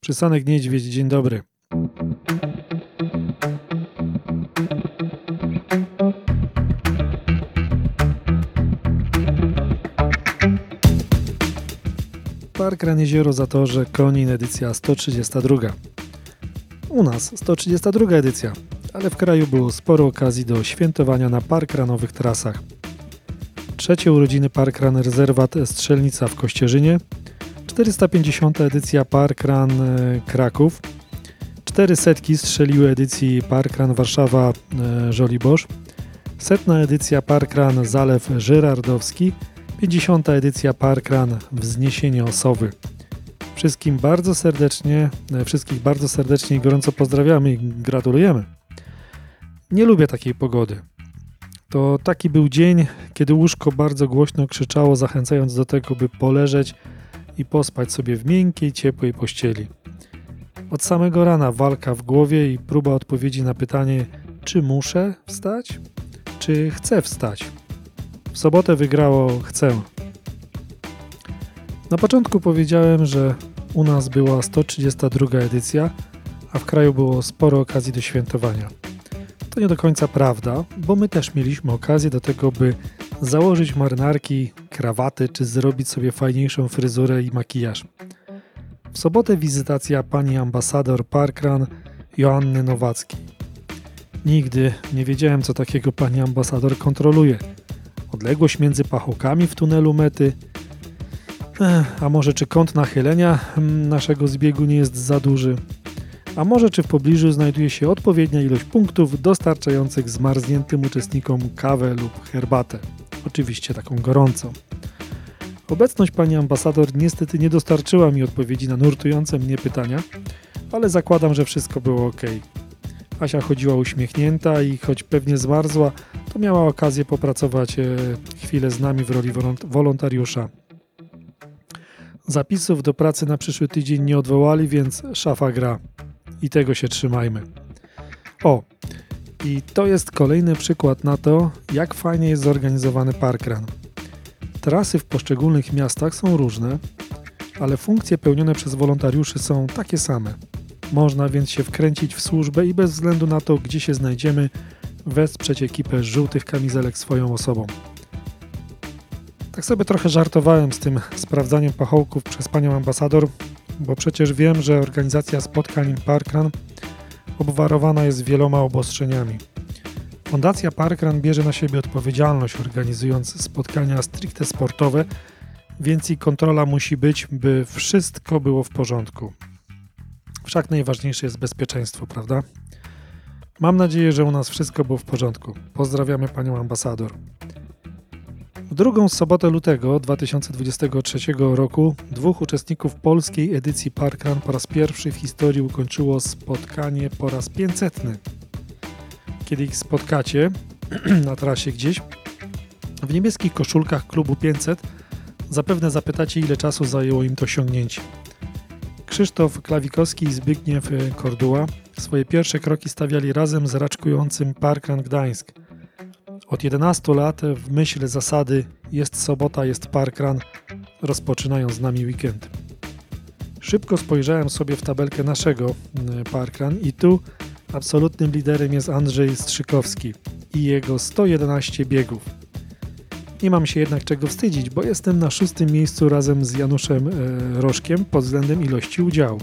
Przystanek Niedźwiedź, dzień dobry. Parkrun Jezioro Zatorze, Konin, edycja 132. U nas 132 edycja, ale w kraju było sporo okazji do świętowania na parkrunowych trasach. Trzecie urodziny Parkrun Rezerwat Strzelnica w Kościerzynie, 450. edycja Parkrun Kraków, 400 strzeliły edycji Parkrun Warszawa Żoliborz, 100. edycja Parkrun Zalew Żyrardowski, 50. edycja Parkrun Wzniesienie Osowy. Wszystkich bardzo serdecznie i gorąco pozdrawiamy i gratulujemy. Nie lubię takiej pogody. To taki był dzień, kiedy łóżko bardzo głośno krzyczało, zachęcając do tego, by poleżeć i pospać sobie w miękkiej, ciepłej pościeli. Od samego rana walka w głowie i próba odpowiedzi na pytanie, czy muszę wstać, czy chcę wstać. W sobotę wygrało chcę. Na początku powiedziałem, że u nas była 132 edycja, a w kraju było sporo okazji do świętowania. To nie do końca prawda, bo my też mieliśmy okazję do tego, by założyć marynarki, krawaty czy zrobić sobie fajniejszą fryzurę i makijaż. W sobotę wizytacja pani ambasador Parkrun Joanny Nowackiej. Nigdy nie wiedziałem, co takiego pani ambasador kontroluje. Odległość między pachołkami w tunelu mety, a może czy kąt nachylenia naszego zbiegu nie jest za duży, a może czy w pobliżu znajduje się odpowiednia ilość punktów dostarczających zmarzniętym uczestnikom kawę lub herbatę, oczywiście taką gorącą. Obecność pani ambasador niestety nie dostarczyła mi odpowiedzi na nurtujące mnie pytania, ale zakładam, że wszystko było ok. Asia chodziła uśmiechnięta i choć pewnie zmarzła, to miała okazję popracować chwilę z nami w roli wolontariusza. Zapisów do pracy na przyszły tydzień nie odwołali, więc szafa gra. I tego się trzymajmy. I to jest kolejny przykład na to, jak fajnie jest zorganizowany parkrun. Trasy w poszczególnych miastach są różne, ale funkcje pełnione przez wolontariuszy są takie same. Można więc się wkręcić w służbę i bez względu na to, gdzie się znajdziemy, wesprzeć ekipę żółtych kamizelek swoją osobą. Tak sobie trochę żartowałem z tym sprawdzaniem pachołków przez panią ambasador, bo przecież wiem, że organizacja spotkań Parkrun obwarowana jest wieloma obostrzeniami. Fundacja Parkrun bierze na siebie odpowiedzialność, organizując spotkania stricte sportowe, więc i kontrola musi być, by wszystko było w porządku. Wszak najważniejsze jest bezpieczeństwo, prawda? Mam nadzieję, że u nas wszystko było w porządku. Pozdrawiamy panią ambasador. W drugą sobotę lutego 2023 roku 2 uczestników polskiej edycji Parkrun po raz pierwszy w historii ukończyło spotkanie po raz 500. Kiedy ich spotkacie na trasie gdzieś, w niebieskich koszulkach klubu 500, zapewne zapytacie, ile czasu zajęło im to osiągnięcie. Krzysztof Klawikowski i Zbigniew Korduła swoje pierwsze kroki stawiali razem z raczkującym Parkrun Gdańsk. Od 11 lat w myśl zasady jest sobota, jest parkrun, rozpoczynają z nami weekend. Szybko spojrzałem sobie w tabelkę naszego parkrun i tu absolutnym liderem jest Andrzej Strzykowski i jego 111 biegów. Nie mam się jednak czego wstydzić, bo jestem na 6. miejscu razem z Januszem Rożkiem pod względem ilości udziałów.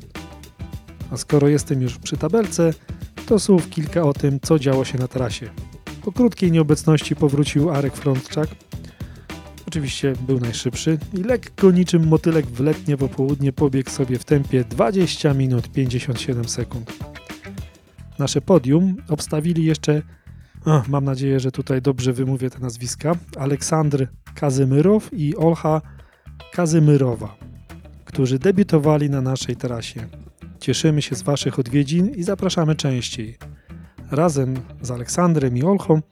A skoro jestem już przy tabelce, to słów kilka o tym, co działo się na trasie. Po krótkiej nieobecności powrócił Arek Frądczak. Oczywiście był najszybszy i lekko niczym motylek w letnie popołudnie pobiegł sobie w tempie 20 minut 57 sekund. Nasze podium obstawili jeszcze, mam nadzieję, że tutaj dobrze wymówię te nazwiska, Aleksandr Kazymyrow i Olcha Kazymyrowa, którzy debiutowali na naszej trasie. Cieszymy się z waszych odwiedzin i zapraszamy częściej. Razem z Aleksandrem i Olchą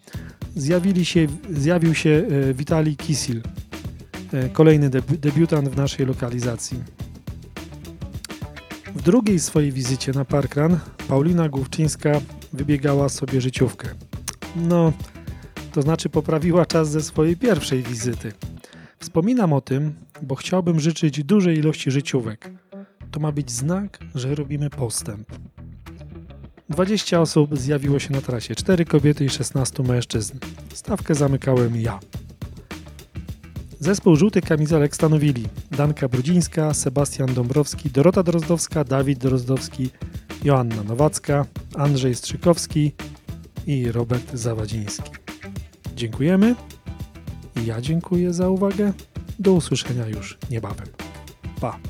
zjawił się Witalij Kisil, kolejny debiutant w naszej lokalizacji. W drugiej swojej wizycie na parkrun Paulina Główczyńska wybiegała sobie życiówkę. To znaczy poprawiła czas ze swojej pierwszej wizyty. Wspominam o tym, bo chciałbym życzyć dużej ilości życiówek. To ma być znak, że robimy postęp. 20 osób zjawiło się na trasie, 4 kobiety i 16 mężczyzn. Stawkę zamykałem ja. Zespół żółtych kamizelek stanowili Danka Brudzińska, Sebastian Dąbrowski, Dorota Drozdowska, Dawid Drozdowski, Joanna Nowacka, Andrzej Strzykowski i Robert Zawadziński. Dziękujemy i ja dziękuję za uwagę. Do usłyszenia już niebawem. Pa!